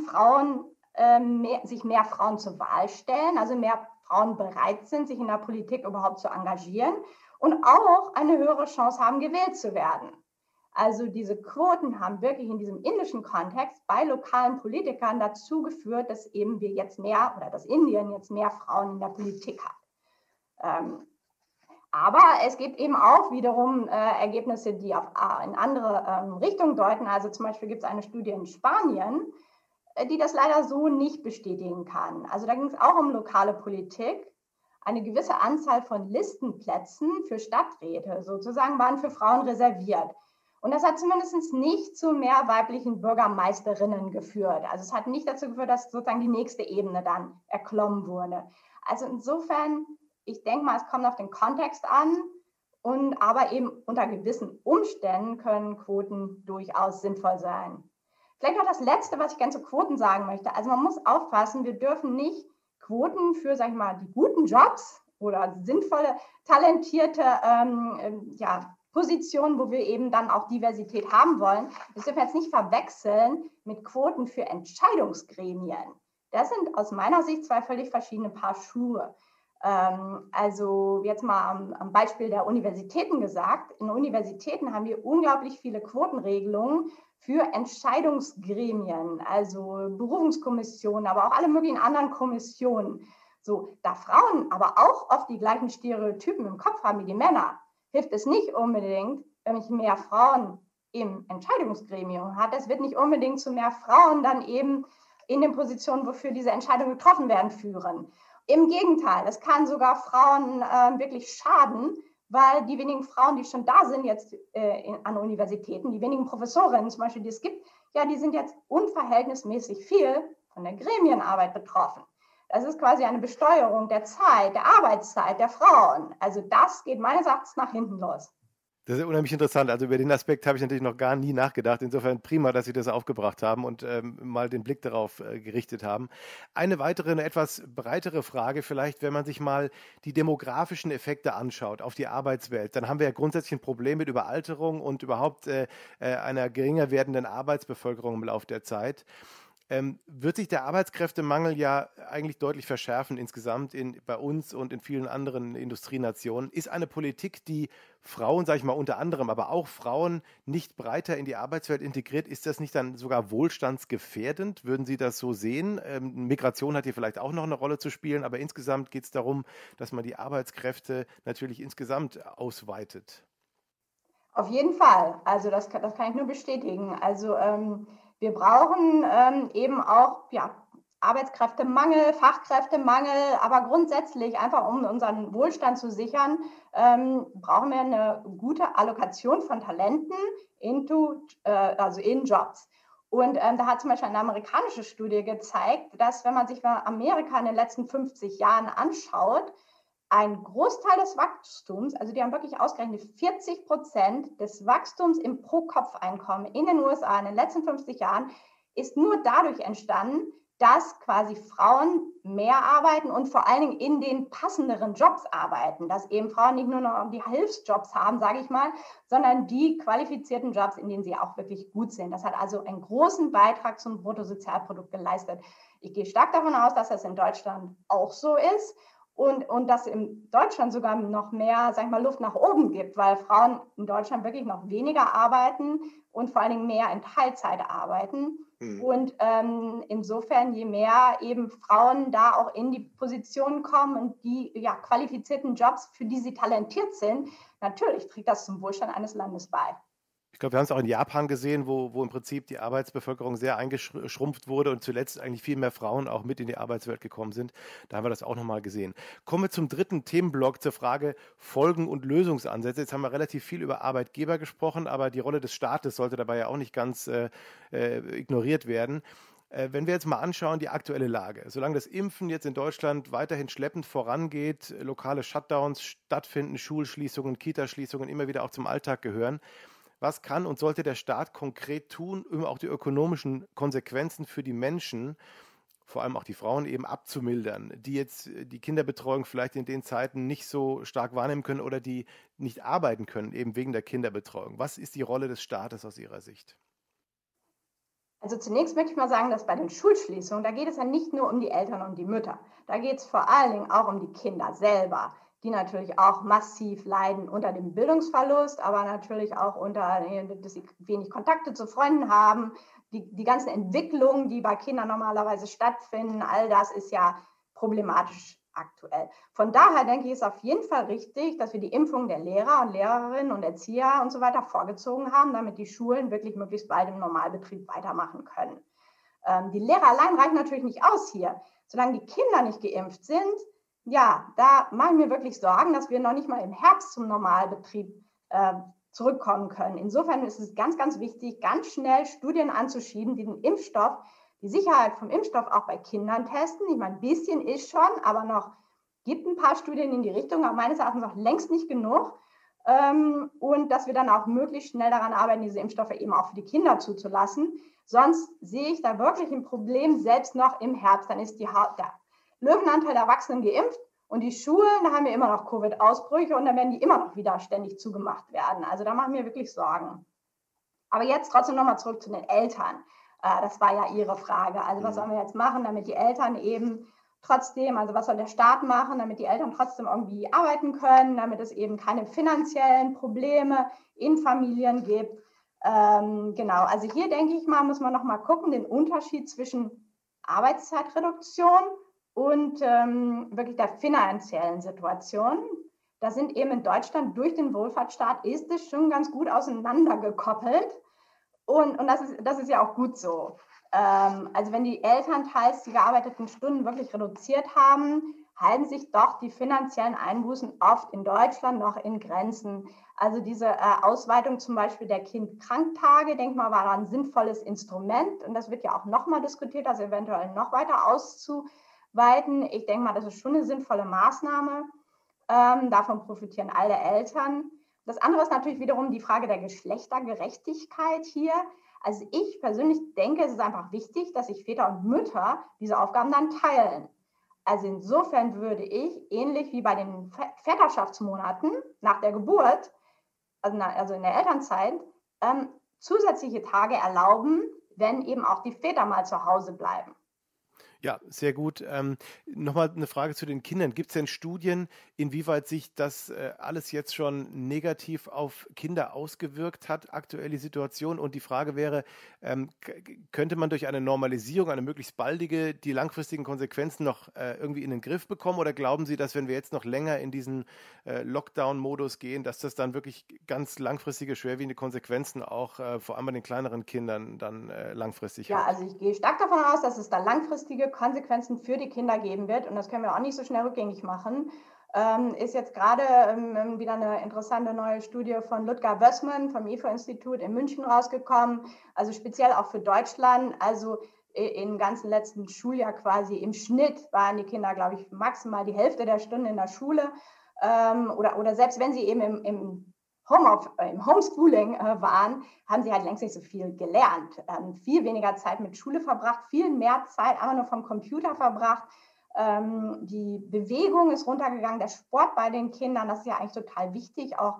C: sich mehr Frauen zur Wahl stellen, also mehr Frauen bereit sind, sich in der Politik überhaupt zu engagieren und auch eine höhere Chance haben, gewählt zu werden. Also diese Quoten haben wirklich in diesem indischen Kontext bei lokalen Politikern dazu geführt, dass eben dass Indien jetzt mehr Frauen in der Politik hat. Aber es gibt eben auch wiederum Ergebnisse, die in andere Richtungen deuten. Also zum Beispiel gibt es eine Studie in Spanien, die das leider so nicht bestätigen kann. Also da ging es auch um lokale Politik. Eine gewisse Anzahl von Listenplätzen für Stadträte sozusagen waren für Frauen reserviert. Und das hat zumindest nicht zu mehr weiblichen Bürgermeisterinnen geführt. Also es hat nicht dazu geführt, dass sozusagen die nächste Ebene dann erklommen wurde. Also insofern, ich denke mal, es kommt auf den Kontext an, aber eben unter gewissen Umständen können Quoten durchaus sinnvoll sein. Vielleicht noch das Letzte, was ich gerne zu Quoten sagen möchte. Also man muss aufpassen, wir dürfen nicht Quoten für, sag ich mal, die guten Jobs oder sinnvolle, talentierte Positionen, wo wir eben dann auch Diversität haben wollen. Das dürfen wir jetzt nicht verwechseln mit Quoten für Entscheidungsgremien. Das sind aus meiner Sicht zwei völlig verschiedene Paar Schuhe. Also jetzt mal am Beispiel der Universitäten gesagt. In Universitäten haben wir unglaublich viele Quotenregelungen für Entscheidungsgremien, also Berufungskommissionen, aber auch alle möglichen anderen Kommissionen. So, da Frauen aber auch oft die gleichen Stereotypen im Kopf haben wie die Männer, hilft es nicht unbedingt, wenn ich mehr Frauen im Entscheidungsgremium habe. Es wird nicht unbedingt zu mehr Frauen dann eben in den Positionen, wofür diese Entscheidungen getroffen werden, führen. Im Gegenteil, es kann sogar Frauen wirklich schaden, weil die wenigen Frauen, die schon da sind jetzt an Universitäten, die wenigen Professorinnen zum Beispiel, die es gibt, ja, die sind jetzt unverhältnismäßig viel von der Gremienarbeit betroffen. Das ist quasi eine Besteuerung der Zeit, der Arbeitszeit der Frauen. Also das geht meines Erachtens nach hinten los.
B: Das ist unheimlich interessant. Also über den Aspekt habe ich natürlich noch gar nie nachgedacht. Insofern prima, dass Sie das aufgebracht haben und mal den Blick darauf gerichtet haben. Eine etwas breitere Frage vielleicht, wenn man sich mal die demografischen Effekte anschaut auf die Arbeitswelt, dann haben wir ja grundsätzlich ein Problem mit Überalterung und überhaupt einer geringer werdenden Arbeitsbevölkerung im Laufe der Zeit. Wird sich der Arbeitskräftemangel ja eigentlich deutlich verschärfen insgesamt bei uns und in vielen anderen Industrienationen. Ist eine Politik, die Frauen, sage ich mal unter anderem, aber auch Frauen nicht breiter in die Arbeitswelt integriert, ist das nicht dann sogar wohlstandsgefährdend? Würden Sie das so sehen? Migration hat hier vielleicht auch noch eine Rolle zu spielen, aber insgesamt geht es darum, dass man die Arbeitskräfte natürlich insgesamt ausweitet.
C: Auf jeden Fall. Also das kann ich nur bestätigen. Also wir brauchen eben auch Arbeitskräftemangel, Fachkräftemangel, aber grundsätzlich einfach, um unseren Wohlstand zu sichern, brauchen wir eine gute Allokation von Talenten in Jobs. Und da hat zum Beispiel eine amerikanische Studie gezeigt, dass wenn man sich mal Amerika in den letzten 50 Jahren anschaut, ein Großteil des Wachstums, also die haben wirklich ausgerechnet 40% des Wachstums im Pro-Kopf-Einkommen in den USA in den letzten 50 Jahren, ist nur dadurch entstanden, dass quasi Frauen mehr arbeiten und vor allen Dingen in den passenderen Jobs arbeiten, dass eben Frauen nicht nur noch die Hilfsjobs haben, sage ich mal, sondern die qualifizierten Jobs, in denen sie auch wirklich gut sind. Das hat also einen großen Beitrag zum Bruttosozialprodukt geleistet. Ich gehe stark davon aus, dass das in Deutschland auch so ist. und dass es in Deutschland sogar noch mehr, sag ich mal, Luft nach oben gibt, weil Frauen in Deutschland wirklich noch weniger arbeiten und vor allen Dingen mehr in Teilzeit arbeiten. Und insofern, je mehr eben Frauen da auch in die Position kommen und die qualifizierten Jobs, für die sie talentiert sind, natürlich trägt das zum Wohlstand eines Landes bei.
B: Ich glaube, wir haben es auch in Japan gesehen, wo im Prinzip die Arbeitsbevölkerung sehr eingeschrumpft wurde und zuletzt eigentlich viel mehr Frauen auch mit in die Arbeitswelt gekommen sind. Da haben wir das auch nochmal gesehen. Kommen wir zum dritten Themenblock, zur Frage Folgen und Lösungsansätze. Jetzt haben wir relativ viel über Arbeitgeber gesprochen, aber die Rolle des Staates sollte dabei ja auch nicht ganz ignoriert werden. Wenn wir jetzt mal anschauen, die aktuelle Lage. Solange das Impfen jetzt in Deutschland weiterhin schleppend vorangeht, lokale Shutdowns stattfinden, Schulschließungen, Kitaschließungen immer wieder auch zum Alltag gehören, was kann und sollte der Staat konkret tun, um auch die ökonomischen Konsequenzen für die Menschen, vor allem auch die Frauen, eben abzumildern, die jetzt die Kinderbetreuung vielleicht in den Zeiten nicht so stark wahrnehmen können oder die nicht arbeiten können, eben wegen der Kinderbetreuung? Was ist die Rolle des Staates aus Ihrer Sicht?
C: Also zunächst möchte ich mal sagen, dass bei den Schulschließungen, da geht es ja nicht nur um die Eltern und die Mütter, da geht es vor allen Dingen auch um die Kinder selber, die natürlich auch massiv leiden unter dem Bildungsverlust, aber natürlich auch unter, dass sie wenig Kontakte zu Freunden haben. Die ganzen Entwicklungen, die bei Kindern normalerweise stattfinden, all das ist ja problematisch aktuell. Von daher denke ich, ist auf jeden Fall richtig, dass wir die Impfung der Lehrer und Lehrerinnen und Erzieher und so weiter vorgezogen haben, damit die Schulen wirklich möglichst bald im Normalbetrieb weitermachen können. Die Lehrer allein reichen natürlich nicht aus hier. Solange die Kinder nicht geimpft sind, ja, da mache ich mir wirklich Sorgen, dass wir noch nicht mal im Herbst zum Normalbetrieb zurückkommen können. Insofern ist es ganz, ganz wichtig, ganz schnell Studien anzuschieben, die den Impfstoff, die Sicherheit vom Impfstoff auch bei Kindern testen. Ich meine, ein bisschen ist schon, aber gibt ein paar Studien in die Richtung, aber meines Erachtens noch längst nicht genug. Und dass wir dann auch möglichst schnell daran arbeiten, diese Impfstoffe eben auch für die Kinder zuzulassen. Sonst sehe ich da wirklich ein Problem, selbst noch im Herbst. Dann ist der Löwenanteil der Erwachsenen geimpft und die Schulen, da haben wir immer noch Covid-Ausbrüche und dann werden die immer noch wieder ständig zugemacht werden. Also da machen wir wirklich Sorgen. Aber jetzt trotzdem nochmal zurück zu den Eltern. Das war ja Ihre Frage. Also was sollen wir jetzt machen, damit die Eltern eben trotzdem, also was soll der Staat machen, damit die Eltern trotzdem irgendwie arbeiten können, damit es eben keine finanziellen Probleme in Familien gibt. Genau, also hier denke ich mal, muss man nochmal gucken, den Unterschied zwischen Arbeitszeitreduktion und wirklich der finanziellen Situation. Da sind eben in Deutschland durch den Wohlfahrtsstaat ist es schon ganz gut auseinandergekoppelt und das ist ja auch gut so. Also wenn die Eltern teils die gearbeiteten Stunden wirklich reduziert haben, halten sich doch die finanziellen Einbußen oft in Deutschland noch in Grenzen. Also diese Ausweitung zum Beispiel der Kind-Kranktage, denk mal, war ein sinnvolles Instrument und das wird ja auch nochmal diskutiert, das eventuell noch weiter auszuweiten. Ich denke mal, das ist schon eine sinnvolle Maßnahme. Davon profitieren alle Eltern. Das andere ist natürlich wiederum die Frage der Geschlechtergerechtigkeit hier. Also ich persönlich denke, es ist einfach wichtig, dass sich Väter und Mütter diese Aufgaben dann teilen. Also insofern würde ich, ähnlich wie bei den Väterschaftsmonaten nach der Geburt, also in der Elternzeit, zusätzliche Tage erlauben, wenn eben auch die Väter mal zu Hause bleiben.
B: Ja, sehr gut. Nochmal eine Frage zu den Kindern. Gibt es denn Studien, inwieweit sich das alles jetzt schon negativ auf Kinder ausgewirkt hat, aktuell die Situation? Und die Frage wäre, könnte man durch eine Normalisierung, eine möglichst baldige, die langfristigen Konsequenzen noch irgendwie in den Griff bekommen? Oder glauben Sie, dass wenn wir jetzt noch länger in diesen Lockdown-Modus gehen, dass das dann wirklich ganz langfristige, schwerwiegende Konsequenzen auch vor allem bei den kleineren Kindern dann langfristig hat?
C: Ja, also ich gehe stark davon aus, dass es da langfristige Konsequenzen für die Kinder geben wird und das können wir auch nicht so schnell rückgängig machen. Ist jetzt gerade wieder eine interessante neue Studie von Ludger Bößmann vom IFO-Institut in München rausgekommen, also speziell auch für Deutschland. Also im ganzen letzten Schuljahr quasi im Schnitt waren die Kinder, glaube ich, maximal die Hälfte der Stunden in der Schule oder selbst wenn sie eben im Homeschooling waren, haben sie halt längst nicht so viel gelernt. Viel weniger Zeit mit Schule verbracht, viel mehr Zeit einfach nur vom Computer verbracht. Die Bewegung ist runtergegangen, der Sport bei den Kindern, das ist ja eigentlich total wichtig, auch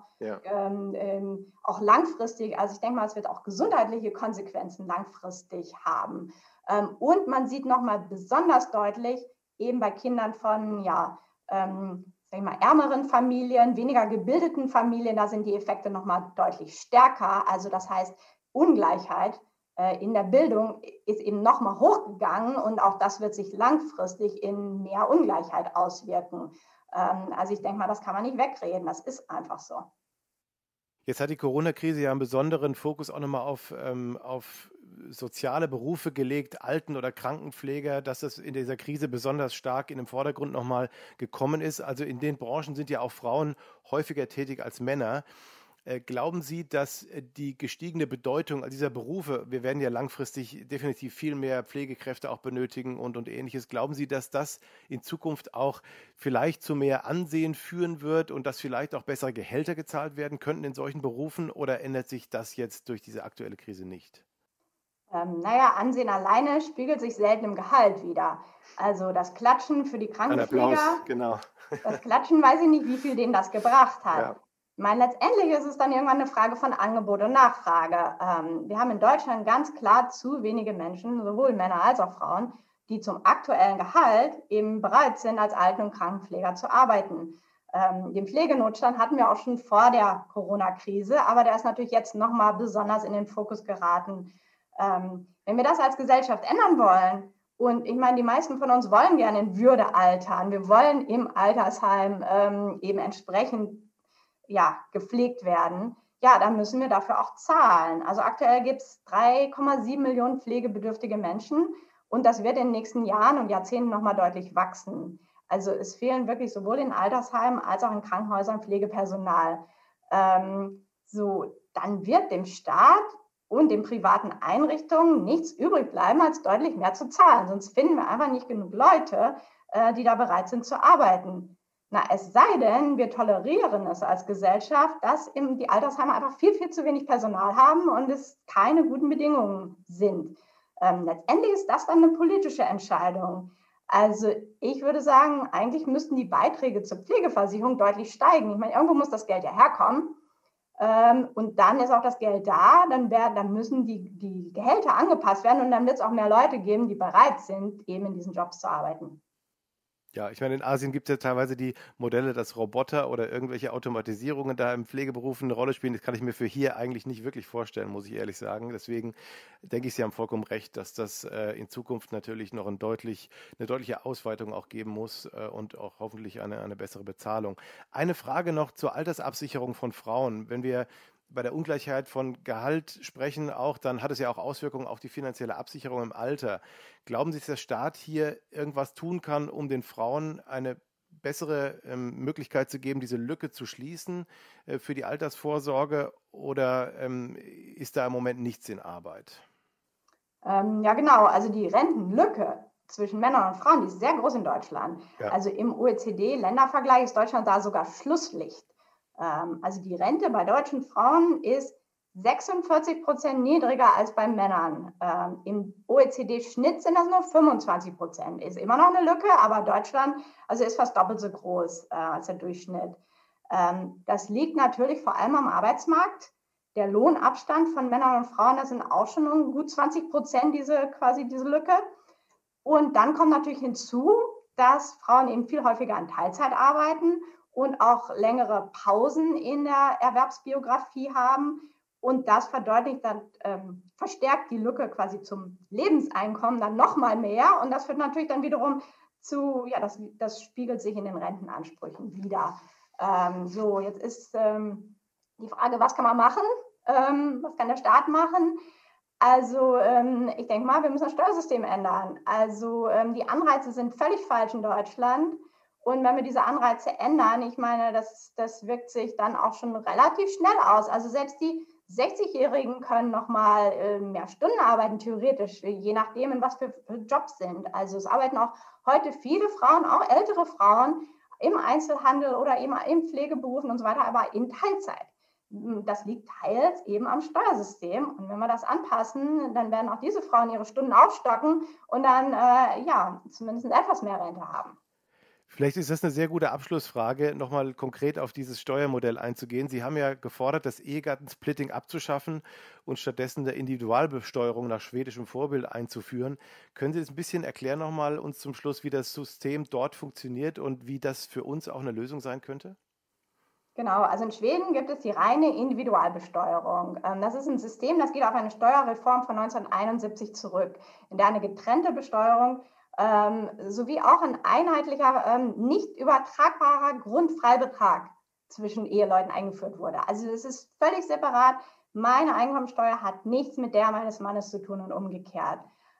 C: langfristig. Also ich denke mal, es wird auch gesundheitliche Konsequenzen langfristig haben. Und man sieht nochmal besonders deutlich, eben bei Kindern von sag ich mal, ärmeren Familien, weniger gebildeten Familien, da sind die Effekte nochmal deutlich stärker. Also das heißt, Ungleichheit in der Bildung ist eben nochmal hochgegangen und auch das wird sich langfristig in mehr Ungleichheit auswirken. Also ich denke mal, das kann man nicht wegreden, das ist einfach so.
B: Jetzt hat die Corona-Krise ja einen besonderen Fokus auch nochmal auf soziale Berufe gelegt, Alten- oder Krankenpfleger, dass das in dieser Krise besonders stark in den Vordergrund nochmal gekommen ist. Also in den Branchen sind ja auch Frauen häufiger tätig als Männer. Glauben Sie, dass die gestiegene Bedeutung dieser Berufe, wir werden ja langfristig definitiv viel mehr Pflegekräfte auch benötigen und Ähnliches, glauben Sie, dass das in Zukunft auch vielleicht zu mehr Ansehen führen wird und dass vielleicht auch bessere Gehälter gezahlt werden könnten in solchen Berufen, oder ändert sich das jetzt durch diese aktuelle Krise nicht?
C: Ansehen alleine spiegelt sich selten im Gehalt wider. Also das Klatschen für die
B: Ein Applaus,
C: Krankenpfleger,
B: genau.
C: das Klatschen weiß ich nicht, wie viel denen das gebracht hat.
B: Ja.
C: Ich meine, letztendlich ist es dann irgendwann eine Frage von Angebot und Nachfrage. Wir haben in Deutschland ganz klar zu wenige Menschen, sowohl Männer als auch Frauen, die zum aktuellen Gehalt eben bereit sind, als Alten- und Krankenpfleger zu arbeiten. Den Pflegenotstand hatten wir auch schon vor der Corona-Krise, aber der ist natürlich jetzt nochmal besonders in den Fokus geraten. Wenn wir das als Gesellschaft ändern wollen, und ich meine, die meisten von uns wollen gerne in Würde altern, wir wollen im Altersheim eben entsprechend gepflegt werden, dann müssen wir dafür auch zahlen. Also aktuell gibt es 3,7 Millionen pflegebedürftige Menschen und das wird in den nächsten Jahren und Jahrzehnten nochmal deutlich wachsen. Also es fehlen wirklich sowohl in Altersheimen als auch in Krankenhäusern Pflegepersonal. Dann wird dem Staat und den privaten Einrichtungen nichts übrig bleiben, als deutlich mehr zu zahlen. Sonst finden wir einfach nicht genug Leute, die da bereit sind zu arbeiten. Es sei denn, wir tolerieren es als Gesellschaft, dass die Altersheime einfach viel, viel zu wenig Personal haben und es keine guten Bedingungen sind. Letztendlich ist das dann eine politische Entscheidung. Also ich würde sagen, eigentlich müssten die Beiträge zur Pflegeversicherung deutlich steigen. Ich meine, irgendwo muss das Geld ja herkommen. Und dann ist auch das Geld da, dann müssen die Gehälter angepasst werden und dann wird es auch mehr Leute geben, die bereit sind, eben in diesen Jobs zu arbeiten.
B: Ja, ich meine, in Asien gibt es ja teilweise die Modelle, dass Roboter oder irgendwelche Automatisierungen da im Pflegeberuf eine Rolle spielen. Das kann ich mir für hier eigentlich nicht wirklich vorstellen, muss ich ehrlich sagen. Deswegen denke ich, Sie haben vollkommen recht, dass das in Zukunft natürlich noch eine deutliche Ausweitung auch geben muss und auch hoffentlich eine bessere Bezahlung. Eine Frage noch zur Altersabsicherung von Frauen. Wenn wir bei der Ungleichheit von Gehalt sprechen auch, dann hat es ja auch Auswirkungen auf die finanzielle Absicherung im Alter. Glauben Sie, dass der Staat hier irgendwas tun kann, um den Frauen eine bessere Möglichkeit zu geben, diese Lücke zu schließen für die Altersvorsorge, oder ist da im Moment nichts in Arbeit?
C: Genau. Also die Rentenlücke zwischen Männern und Frauen, die ist sehr groß in Deutschland. Ja. Also im OECD-Ländervergleich ist Deutschland da sogar Schlusslicht. Also die Rente bei deutschen Frauen ist 46% niedriger als bei Männern. Im OECD-Schnitt sind das nur 25%. Ist immer noch eine Lücke, aber Deutschland ist fast doppelt so groß als der Durchschnitt. Das liegt natürlich vor allem am Arbeitsmarkt. Der Lohnabstand von Männern und Frauen, das sind auch schon gut 20%, diese Lücke. Und dann kommt natürlich hinzu, dass Frauen eben viel häufiger in Teilzeit arbeiten und auch längere Pausen in der Erwerbsbiografie haben. Und das verdeutlicht dann, verstärkt die Lücke quasi zum Lebenseinkommen dann nochmal mehr. Und das führt natürlich dann wiederum das spiegelt sich in den Rentenansprüchen wieder. Jetzt ist die Frage, was kann man machen? Was kann der Staat machen? Also ich denke mal, wir müssen das Steuersystem ändern. Also die Anreize sind völlig falsch in Deutschland. Und wenn wir diese Anreize ändern, ich meine, das wirkt sich dann auch schon relativ schnell aus. Also selbst die 60-Jährigen können nochmal mehr Stunden arbeiten, theoretisch, je nachdem, in was für Jobs sind. Also es arbeiten auch heute viele Frauen, auch ältere Frauen, im Einzelhandel oder eben in Pflegeberufen und so weiter, aber in Teilzeit. Das liegt teils eben am Steuersystem. Und wenn wir das anpassen, dann werden auch diese Frauen ihre Stunden aufstocken und dann zumindest etwas mehr Rente haben.
B: Vielleicht ist das eine sehr gute Abschlussfrage, nochmal konkret auf dieses Steuermodell einzugehen. Sie haben ja gefordert, das Ehegattensplitting abzuschaffen und stattdessen eine Individualbesteuerung nach schwedischem Vorbild einzuführen. Können Sie das ein bisschen erklären nochmal uns zum Schluss, wie das System dort funktioniert und wie das für uns auch eine Lösung sein könnte?
C: Genau, also in Schweden gibt es die reine Individualbesteuerung. Das ist ein System, das geht auf eine Steuerreform von 1971 zurück, in der eine getrennte Besteuerung sowie auch ein einheitlicher, nicht übertragbarer Grundfreibetrag zwischen Eheleuten eingeführt wurde. Also es ist völlig separat. Meine Einkommensteuer hat nichts mit der meines Mannes zu tun und umgekehrt.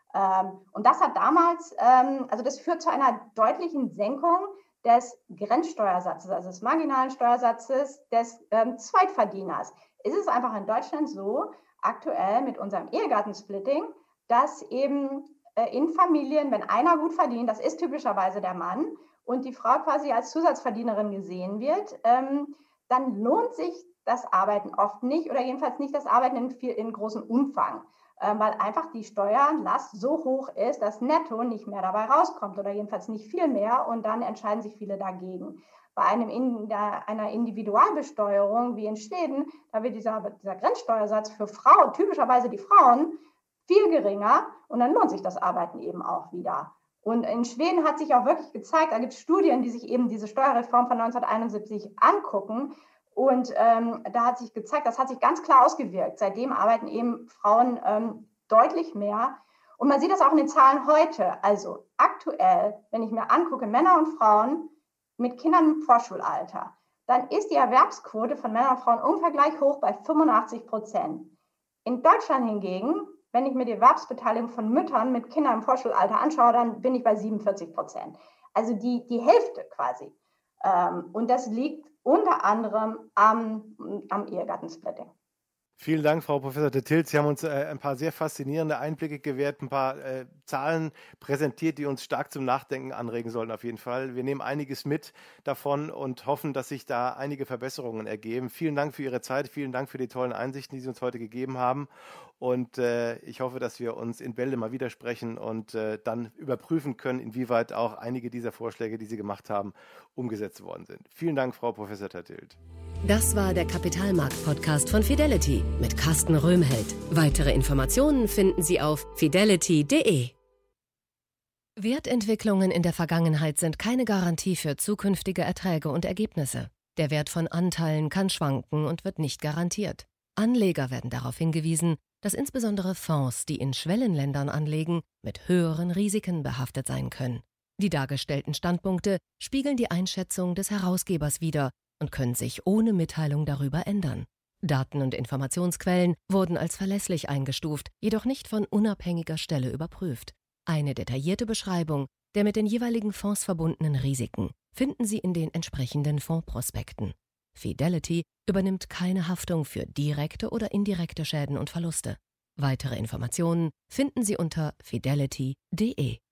C: Und das hat damals, also das führt zu einer deutlichen Senkung des Grenzsteuersatzes, also des marginalen Steuersatzes des Zweitverdieners. Es ist einfach in Deutschland so, aktuell mit unserem Ehegattensplitting, dass eben in Familien, wenn einer gut verdient, das ist typischerweise der Mann, und die Frau quasi als Zusatzverdienerin gesehen wird, dann lohnt sich das Arbeiten oft nicht oder jedenfalls nicht das Arbeiten in großem Umfang, weil einfach die Steuerlast so hoch ist, dass netto nicht mehr dabei rauskommt oder jedenfalls nicht viel mehr, und dann entscheiden sich viele dagegen. Bei einer Individualbesteuerung wie in Schweden, da wird dieser Grenzsteuersatz für Frauen, typischerweise die Frauen, viel geringer, und dann lohnt sich das Arbeiten eben auch wieder. Und in Schweden hat sich auch wirklich gezeigt, da gibt es Studien, die sich eben diese Steuerreform von 1971 angucken, und da hat sich gezeigt, das hat sich ganz klar ausgewirkt. Seitdem arbeiten eben Frauen deutlich mehr. Und man sieht das auch in den Zahlen heute. Also aktuell, wenn ich mir angucke, Männer und Frauen mit Kindern im Vorschulalter, dann ist die Erwerbsquote von Männern und Frauen ungefähr gleich hoch bei 85%. In Deutschland hingegen, wenn ich mir die Erwerbsbeteiligung von Müttern mit Kindern im Vorschulalter anschaue, dann bin ich bei 47%. Also die Hälfte quasi. Und das liegt unter anderem am Ehegattensplitting.
B: Vielen Dank, Frau Professor de Tilt. Sie haben uns ein paar sehr faszinierende Einblicke gewährt, ein paar Zahlen präsentiert, die uns stark zum Nachdenken anregen sollen auf jeden Fall. Wir nehmen einiges mit davon und hoffen, dass sich da einige Verbesserungen ergeben. Vielen Dank für Ihre Zeit, vielen Dank für die tollen Einsichten, die Sie uns heute gegeben haben. Und ich hoffe, dass wir uns in Bälde mal widersprechen und dann überprüfen können, inwieweit auch einige dieser Vorschläge, die Sie gemacht haben, umgesetzt worden sind. Vielen Dank, Frau Professor de Tilt.
A: Das war der Kapitalmarkt-Podcast von Fidelity mit Carsten Röhmheld. Weitere Informationen finden Sie auf fidelity.de. Wertentwicklungen in der Vergangenheit sind keine Garantie für zukünftige Erträge und Ergebnisse. Der Wert von Anteilen kann schwanken und wird nicht garantiert. Anleger werden darauf hingewiesen, dass insbesondere Fonds, die in Schwellenländern anlegen, mit höheren Risiken behaftet sein können. Die dargestellten Standpunkte spiegeln die Einschätzung des Herausgebers wider und können sich ohne Mitteilung darüber ändern. Daten und Informationsquellen wurden als verlässlich eingestuft, jedoch nicht von unabhängiger Stelle überprüft. Eine detaillierte Beschreibung der mit den jeweiligen Fonds verbundenen Risiken finden Sie in den entsprechenden Fondsprospekten. Fidelity übernimmt keine Haftung für direkte oder indirekte Schäden und Verluste. Weitere Informationen finden Sie unter fidelity.de.